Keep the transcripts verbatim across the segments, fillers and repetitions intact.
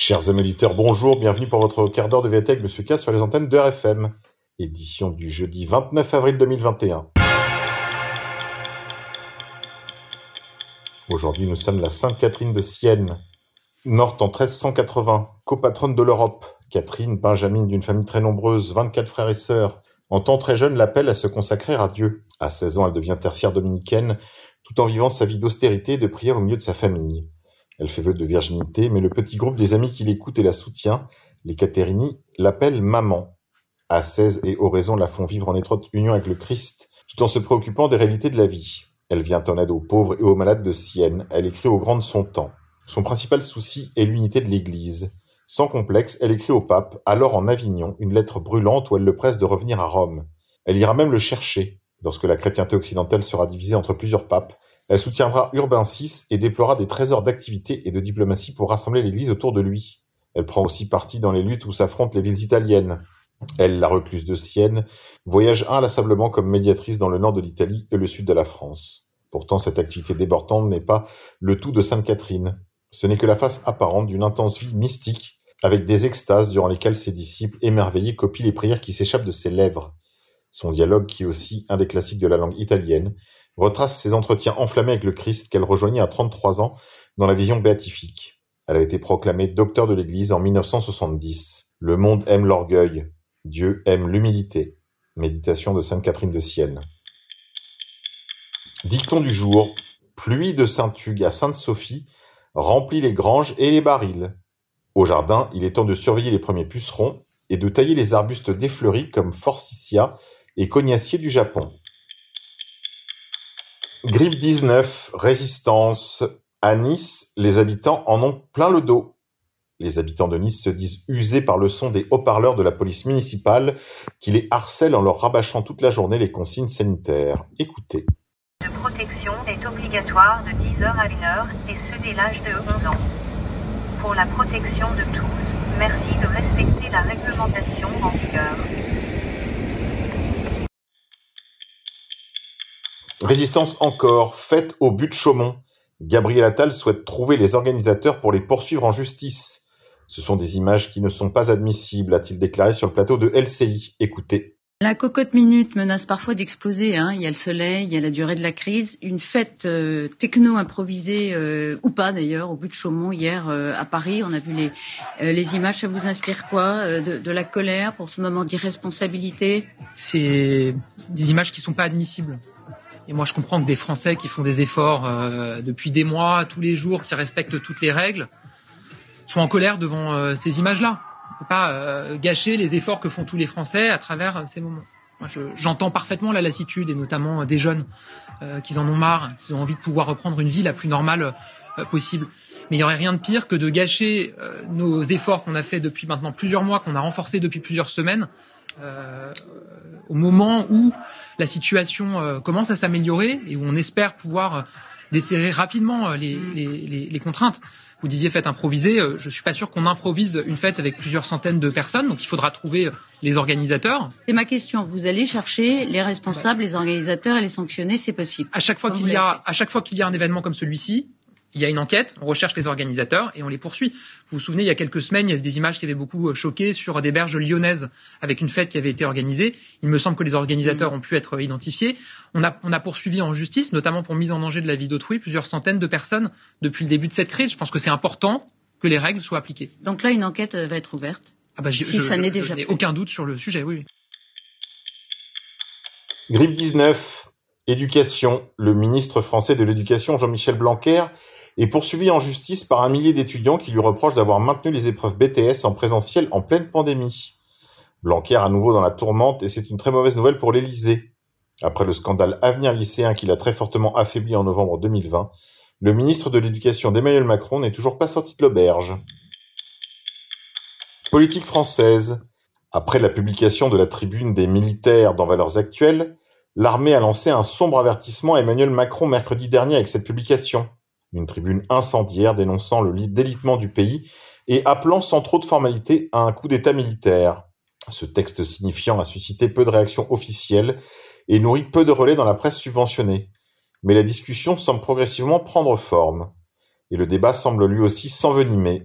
Chers amis auditeurs, bonjour, bienvenue pour votre quart d'heure de V T avec Monsieur K sur les antennes de R F M. Édition du jeudi vingt-neuf avril deux mille vingt et un. Aujourd'hui, nous sommes la Sainte Catherine de Sienne, morte en treize cent quatre-vingts, copatronne de l'Europe. Catherine, benjamine d'une famille très nombreuse, vingt-quatre frères et sœurs, en tant très jeune l'appelle à se consacrer à Dieu. À seize ans, elle devient tertiaire dominicaine, tout en vivant sa vie d'austérité et de prière au milieu de sa famille. Elle fait vœu de virginité, mais le petit groupe des amis qui l'écoutent et la soutient, les Caterini, l'appellent maman. À seize et oraison la font vivre en étroite union avec le Christ, tout en se préoccupant des réalités de la vie. Elle vient en aide aux pauvres et aux malades de Sienne, elle écrit aux grands de son temps. Son principal souci est l'unité de l'Église. Sans complexe, elle écrit au pape, alors en Avignon, une lettre brûlante où elle le presse de revenir à Rome. Elle ira même le chercher. Lorsque la chrétienté occidentale sera divisée entre plusieurs papes, elle soutiendra Urbain six et déploiera des trésors d'activité et de diplomatie pour rassembler l'Église autour de lui. Elle prend aussi parti dans les luttes où s'affrontent les villes italiennes. Elle, la recluse de Sienne, voyage inlassablement comme médiatrice dans le nord de l'Italie et le sud de la France. Pourtant, cette activité débordante n'est pas le tout de Sainte Catherine. Ce n'est que la face apparente d'une intense vie mystique, avec des extases durant lesquelles ses disciples émerveillés copient les prières qui s'échappent de ses lèvres. Son dialogue, qui est aussi un des classiques de la langue italienne, retrace ses entretiens enflammés avec le Christ qu'elle rejoignit à trente-trois ans dans la vision béatifique. Elle a été proclamée docteur de l'Église en mille neuf cent soixante-dix. Le monde aime l'orgueil, Dieu aime l'humilité. Méditation de Sainte Catherine de Sienne. Dicton du jour, pluie de Saint-Hugues à Sainte-Sophie remplit les granges et les barils. Au jardin, il est temps de surveiller les premiers pucerons et de tailler les arbustes défleuris comme forsythia et cognacier du Japon. Grippe dix-neuf, résistance. À Nice, les habitants en ont plein le dos. Les habitants de Nice se disent usés par le son des haut-parleurs de la police municipale qui les harcèle en leur rabâchant toute la journée les consignes sanitaires. Écoutez. De protection est obligatoire de dix heures à une heure et ce dès l'âge de onze ans. Pour la protection de tous, merci de respecter la réglementation en vigueur. Résistance encore, faite au but de Chaumont. Gabriel Attal souhaite trouver les organisateurs pour les poursuivre en justice. Ce sont des images qui ne sont pas admissibles, a-t-il déclaré sur le plateau de L C I. Écoutez. La cocotte minute menace parfois d'exploser. Hein. Il y a le soleil, il y a la durée de la crise. Une fête euh, techno-improvisée, euh, ou pas d'ailleurs, au but de Chaumont hier euh, à Paris. On a vu les, euh, les images. Ça vous inspire quoi euh, de, de la colère pour ce moment d'irresponsabilité? C'est des images qui sont pas admissibles. Et moi, je comprends que des Français qui font des efforts euh, depuis des mois, tous les jours, qui respectent toutes les règles, soient en colère devant euh, ces images-là. On ne peut pas euh, gâcher les efforts que font tous les Français à travers euh, ces moments. Moi, je, j'entends parfaitement la lassitude, et notamment euh, des jeunes euh, qui en ont marre, qui ont envie de pouvoir reprendre une vie la plus normale euh, possible. Mais il n'y aurait rien de pire que de gâcher euh, nos efforts qu'on a fait depuis maintenant plusieurs mois, qu'on a renforcés depuis plusieurs semaines, euh, au moment où la situation euh, commence à s'améliorer et où on espère pouvoir euh, desserrer rapidement euh, les, les, les, les contraintes. Vous disiez fête improvisée, euh, je suis pas sûr qu'on improvise une fête avec plusieurs centaines de personnes, donc il faudra trouver euh, les organisateurs. C'est ma question. Vous allez chercher les responsables, les organisateurs et les sanctionner, c'est possible. À chaque fois qu'il y a, à chaque fois qu'il y a un événement comme celui-ci, il y a une enquête, on recherche les organisateurs et on les poursuit. Vous vous souvenez, il y a quelques semaines, il y avait des images qui avaient beaucoup choqué sur des berges lyonnaises avec une fête qui avait été organisée. Il me semble que les organisateurs ont pu être identifiés. On a, on a poursuivi en justice, notamment pour mise en danger de la vie d'autrui, plusieurs centaines de personnes depuis le début de cette crise. Je pense que c'est important que les règles soient appliquées. Donc là, une enquête va être ouverte. Ah bah, si je, ça je, n'est je, déjà je n'ai fait. aucun doute sur le sujet, oui. Grippe dix-neuf, éducation. Le ministre français de l'Éducation, Jean-Michel Blanquer, est poursuivi en justice par un millier d'étudiants qui lui reprochent d'avoir maintenu les épreuves B T S en présentiel en pleine pandémie. Blanquer à nouveau dans la tourmente et c'est une très mauvaise nouvelle pour l'Élysée. Après le scandale Avenir lycéen qui l'a très fortement affaibli en novembre deux mille vingt, le ministre de l'Éducation d'Emmanuel Macron n'est toujours pas sorti de l'auberge. Politique française. Après la publication de la tribune des militaires dans Valeurs Actuelles, l'armée a lancé un sombre avertissement à Emmanuel Macron mercredi dernier avec cette publication. Une tribune incendiaire dénonçant le délitement du pays et appelant sans trop de formalité à un coup d'état militaire. Ce texte signifiant a suscité peu de réactions officielles et nourrit peu de relais dans la presse subventionnée. Mais la discussion semble progressivement prendre forme. Et le débat semble lui aussi s'envenimer.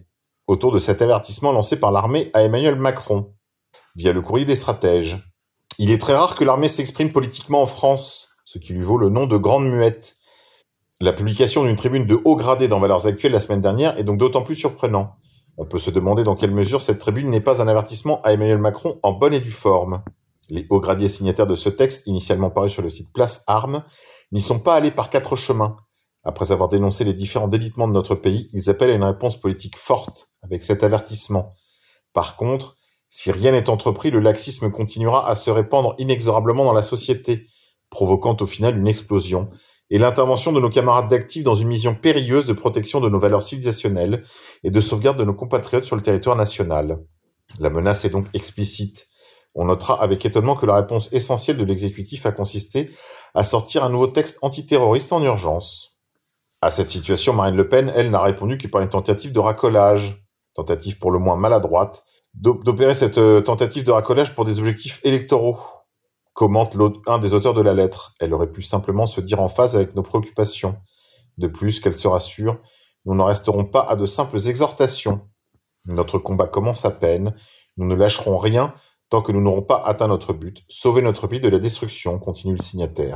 autour de cet avertissement lancé par l'armée à Emmanuel Macron, via le courrier des stratèges. Il est très rare que l'armée s'exprime politiquement en France, ce qui lui vaut le nom de grande muette. La publication d'une tribune de haut gradé dans Valeurs Actuelles la semaine dernière est donc d'autant plus surprenant. On peut se demander dans quelle mesure cette tribune n'est pas un avertissement à Emmanuel Macron en bonne et due forme. Les hauts gradiers signataires de ce texte, initialement paru sur le site Place Armes, n'y sont pas allés par quatre chemins. Après avoir dénoncé les différents délitements de notre pays, ils appellent à une réponse politique forte avec cet avertissement. Par contre, si rien n'est entrepris, le laxisme continuera à se répandre inexorablement dans la société, provoquant au final une explosion, et l'intervention de nos camarades d'actifs dans une mission périlleuse de protection de nos valeurs civilisationnelles et de sauvegarde de nos compatriotes sur le territoire national. La menace est donc explicite. On notera avec étonnement que la réponse essentielle de l'exécutif a consisté à sortir un nouveau texte antiterroriste en urgence. À cette situation, Marine Le Pen, elle, n'a répondu que par une tentative de racolage, tentative pour le moins maladroite, d'opérer cette tentative de racolage pour des objectifs électoraux, commente un des auteurs de la lettre. Elle aurait pu simplement se dire en phase avec nos préoccupations. De plus, qu'elle se rassure, nous n'en resterons pas à de simples exhortations. Notre combat commence à peine, nous ne lâcherons rien tant que nous n'aurons pas atteint notre but, sauver notre pays de la destruction, continue le signataire.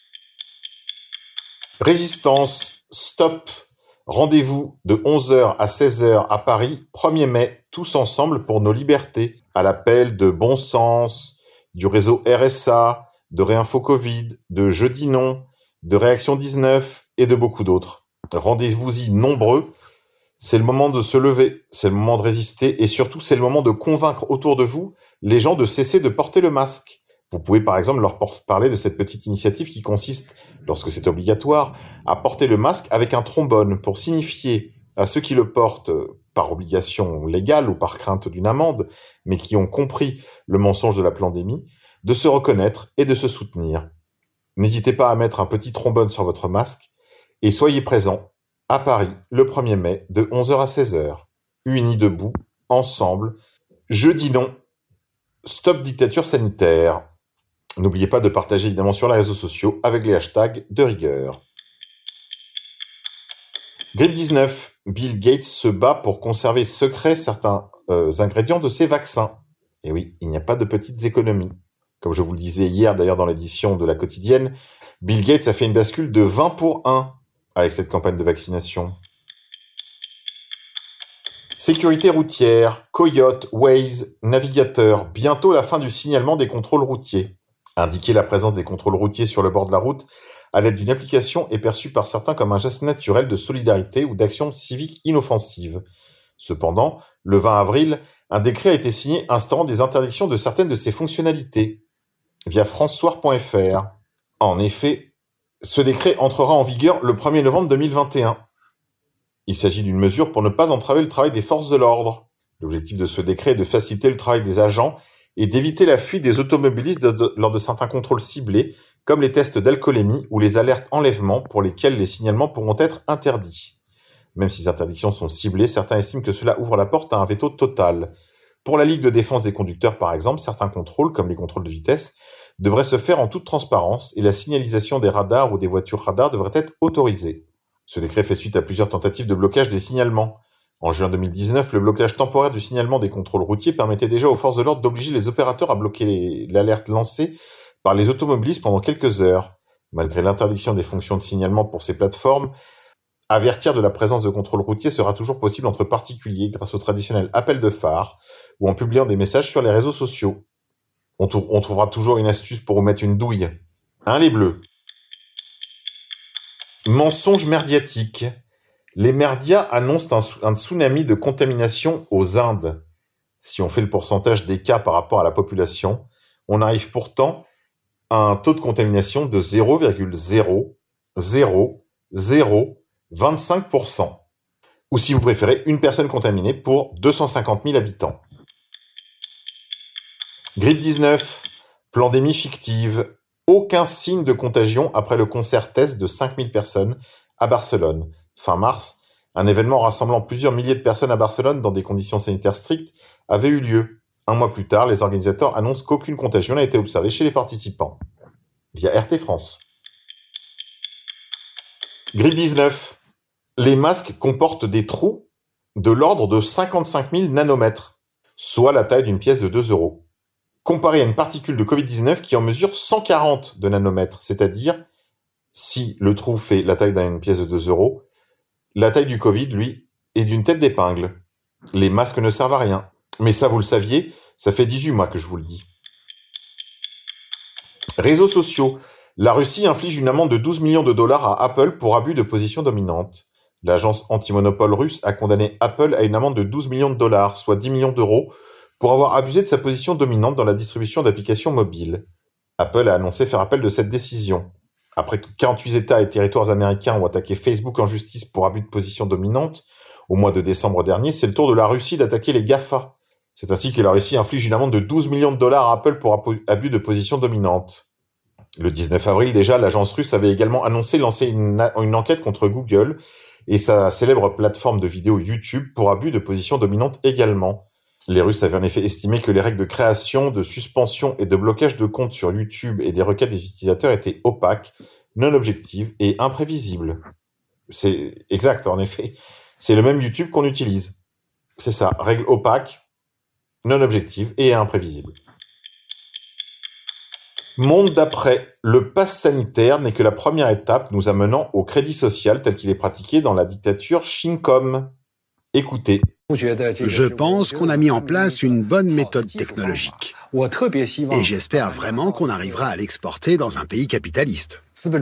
Résistance, stop. Rendez-vous de onze heures à seize heures à Paris, premier mai, tous ensemble pour nos libertés, à l'appel de Bon Sens, du réseau R S A, de Réinfo Covid, de Jeudi Non, de Réaction dix-neuf et de beaucoup d'autres. Rendez-vous-y nombreux, c'est le moment de se lever, c'est le moment de résister et surtout c'est le moment de convaincre autour de vous les gens de cesser de porter le masque. Vous pouvez par exemple leur parler de cette petite initiative qui consiste, lorsque c'est obligatoire, à porter le masque avec un trombone pour signifier à ceux qui le portent par obligation légale ou par crainte d'une amende, mais qui ont compris le mensonge de la pandémie, de se reconnaître et de se soutenir. N'hésitez pas à mettre un petit trombone sur votre masque et soyez présents à Paris le premier mai de onze heures à seize heures. Unis debout, ensemble, Jeudi Non, stop dictature sanitaire. N'oubliez pas de partager évidemment sur les réseaux sociaux avec les hashtags de rigueur. Grippe dix-neuf, Bill Gates se bat pour conserver secret certains euh, ingrédients de ses vaccins. Et oui, il n'y a pas de petites économies. Comme je vous le disais hier d'ailleurs dans l'édition de La Quotidienne, Bill Gates a fait une bascule de vingt pour un avec cette campagne de vaccination. Sécurité routière, Coyote, Waze, Navigateur, bientôt la fin du signalement des contrôles routiers. Indiquer la présence des contrôles routiers sur le bord de la route à l'aide d'une application est perçu par certains comme un geste naturel de solidarité ou d'action civique inoffensive. Cependant, le vingt avril, un décret a été signé instaurant des interdictions de certaines de ces fonctionnalités, via francesoir point f r. En effet, ce décret entrera en vigueur le premier novembre deux mille vingt et un. Il s'agit d'une mesure pour ne pas entraver le travail des forces de l'ordre. L'objectif de ce décret est de faciliter le travail des agents et d'éviter la fuite des automobilistes de, de, lors de certains contrôles ciblés, comme les tests d'alcoolémie ou les alertes enlèvement pour lesquels les signalements pourront être interdits. Même si ces interdictions sont ciblées, certains estiment que cela ouvre la porte à un veto total. Pour la Ligue de défense des conducteurs, par exemple, certains contrôles, comme les contrôles de vitesse, devraient se faire en toute transparence et la signalisation des radars ou des voitures radars devrait être autorisée. Ce décret fait suite à plusieurs tentatives de blocage des signalements. En juin deux mille dix-neuf, le blocage temporaire du signalement des contrôles routiers permettait déjà aux forces de l'ordre d'obliger les opérateurs à bloquer les, l'alerte lancée par les automobilistes pendant quelques heures. Malgré l'interdiction des fonctions de signalement pour ces plateformes, avertir de la présence de contrôles routiers sera toujours possible entre particuliers grâce au traditionnel appel de phare ou en publiant des messages sur les réseaux sociaux. On, t- on trouvera toujours une astuce pour vous mettre une douille. Hein, les bleus? Mensonge merdiatique. Les merdias annoncent un, un tsunami de contamination aux Indes. Si on fait le pourcentage des cas par rapport à la population, on arrive pourtant à un taux de contamination de zéro virgule zéro zéro zéro vingt-cinq pour cent. Ou si vous préférez, une personne contaminée pour deux cent cinquante mille habitants. Grippe dix-neuf, pandémie fictive. Aucun signe de contagion après le concert test de cinq mille personnes à Barcelone. Fin mars, un événement rassemblant plusieurs milliers de personnes à Barcelone dans des conditions sanitaires strictes avait eu lieu. Un mois plus tard, les organisateurs annoncent qu'aucune contagion n'a été observée chez les participants. Via R T France. Grippe dix-neuf. Les masques comportent des trous. de l'ordre de cinquante-cinq mille nanomètres, soit la taille d'une pièce de deux euros, comparé à une particule de covid dix-neuf qui en mesure cent quarante de nanomètres, c'est-à-dire, si le trou fait la taille d'une pièce de deux euros, la taille du Covid, lui, est d'une tête d'épingle. Les masques ne servent à rien. Mais ça, vous le saviez, ça fait dix-huit mois que je vous le dis. Réseaux sociaux. La Russie inflige une amende de douze millions de dollars à Apple pour abus de position dominante. L'agence anti-monopole russe a condamné Apple à une amende de douze millions de dollars, soit dix millions d'euros, pour avoir abusé de sa position dominante dans la distribution d'applications mobiles. Apple a annoncé faire appel de cette décision. Après que quarante-huit États et territoires américains ont attaqué Facebook en justice pour abus de position dominante, au mois de décembre dernier, c'est le tour de la Russie d'attaquer les GAFA. C'est ainsi que la Russie inflige une amende de douze millions de dollars à Apple pour abus de position dominante. Le dix-neuf avril déjà, l'agence russe avait également annoncé lancer une, une enquête contre Google et sa célèbre plateforme de vidéo YouTube pour abus de position dominante également. Les Russes avaient en effet estimé que les règles de création, de suspension et de blocage de comptes sur YouTube et des requêtes des utilisateurs étaient opaques, non objectives et imprévisibles. C'est exact, en effet. C'est le même YouTube qu'on utilise. C'est ça, règles opaques, non objectives et imprévisibles. Monde d'après. Le pass sanitaire n'est que la première étape nous amenant au crédit social tel qu'il est pratiqué dans la dictature Chine-Com. Écoutez. Je pense qu'on a mis en place une bonne méthode technologique. Et j'espère vraiment qu'on arrivera à l'exporter dans un pays capitaliste.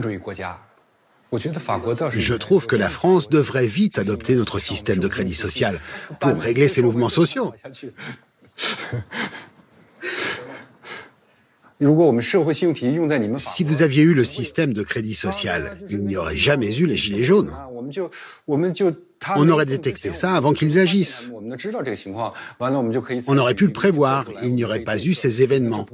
Je trouve que la France devrait vite adopter notre système de crédit social pour régler ses mouvements sociaux. Si vous aviez eu le système de crédit social, il n'y aurait jamais eu les gilets jaunes. On aurait détecté ça avant qu'ils agissent. On aurait pu le prévoir, il n'y aurait pas eu ces événements.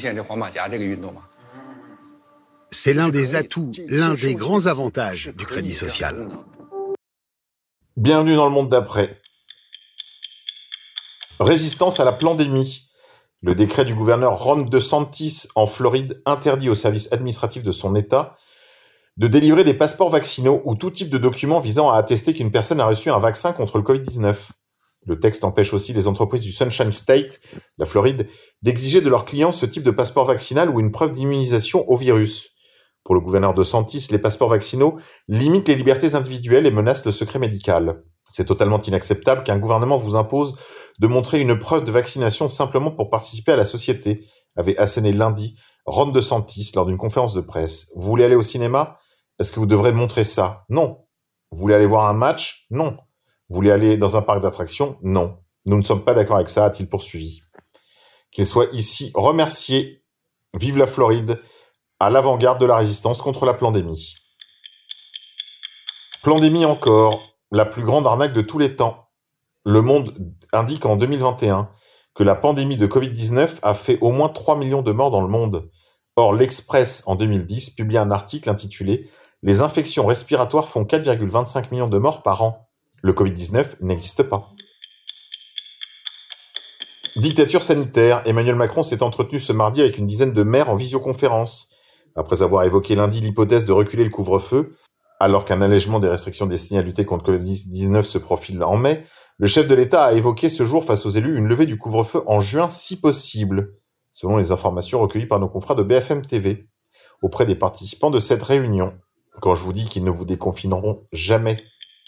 C'est l'un des atouts, l'un des grands avantages du crédit social. Bienvenue dans le monde d'après. Résistance à la pandémie. Le décret du gouverneur Ron DeSantis en Floride interdit au service administratif de son État de délivrer des passeports vaccinaux ou tout type de documents visant à attester qu'une personne a reçu un vaccin contre le covid dix-neuf. Le texte empêche aussi les entreprises du Sunshine State, la Floride, d'exiger de leurs clients ce type de passeport vaccinal ou une preuve d'immunisation au virus. Pour le gouverneur DeSantis, les passeports vaccinaux limitent les libertés individuelles et menacent le secret médical. C'est totalement inacceptable qu'un gouvernement vous impose de montrer une preuve de vaccination simplement pour participer à la société, avait asséné lundi Ron DeSantis lors d'une conférence de presse. Vous voulez aller au cinéma ? Est-ce que vous devrez montrer ça ? Non. Vous voulez aller voir un match ? Non. Vous voulez aller dans un parc d'attractions ? Non. Nous ne sommes pas d'accord avec ça, a-t-il poursuivi. Qu'il soit ici remercié. Vive la Floride, à l'avant-garde de la résistance contre la pandémie. Pandémie encore, la plus grande arnaque de tous les temps. Le Monde indique en deux mille vingt et un que la pandémie de covid dix-neuf a fait au moins trois millions de morts dans le monde. Or, l'Express, en deux mille dix, publie un article intitulé « Les infections respiratoires font quatre virgule vingt-cinq millions de morts par an. Le covid dix-neuf n'existe pas. » Dictature sanitaire. Emmanuel Macron s'est entretenu ce mardi avec une dizaine de maires en visioconférence. Après avoir évoqué lundi l'hypothèse de reculer le couvre-feu, alors qu'un allègement des restrictions destinées à lutter contre le covid dix-neuf se profile en mai, le chef de l'État a évoqué ce jour face aux élus une levée du couvre-feu en juin si possible, selon les informations recueillies par nos confrères de B F M T V, auprès des participants de cette réunion, quand je vous dis qu'ils ne vous déconfineront jamais.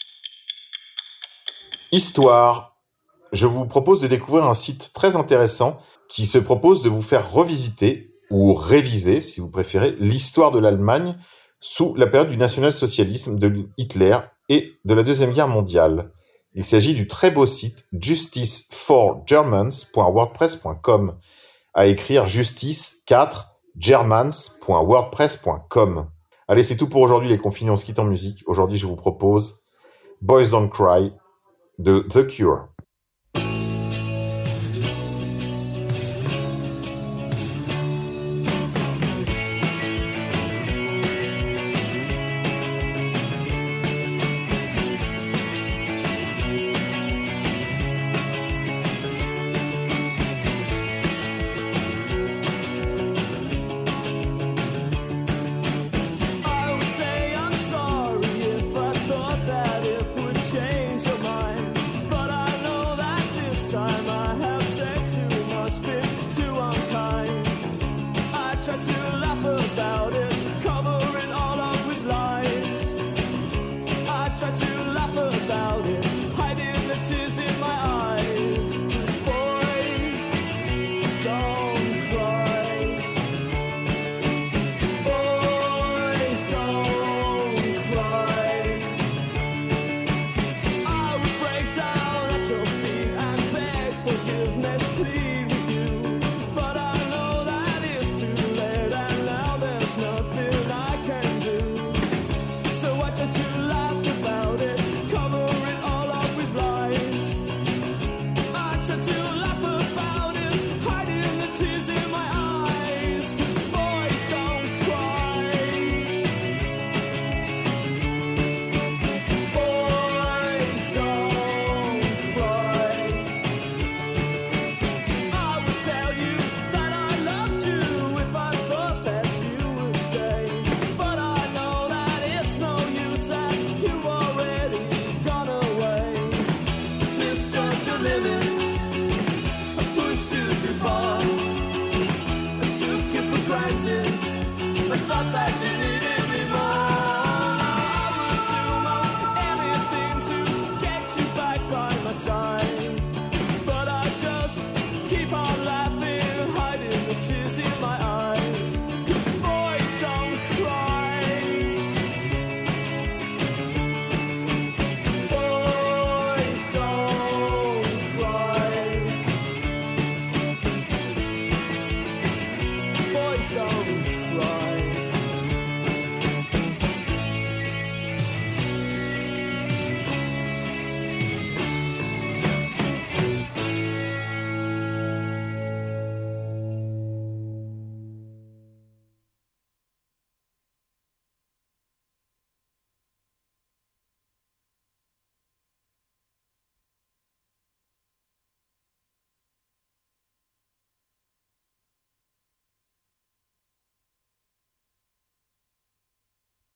Histoire. Je vous propose de découvrir un site très intéressant qui se propose de vous faire revisiter, ou réviser, si vous préférez, l'histoire de l'Allemagne sous la période du national-socialisme de Hitler et de la Deuxième Guerre mondiale. Il s'agit du très beau site justice for germans point wordpress point com, à écrire justice quatre germans point wordpress point com. Allez, c'est tout pour aujourd'hui les confinés, on se quitte en musique. Aujourd'hui, je vous propose Boys Don't Cry de The Cure. But That you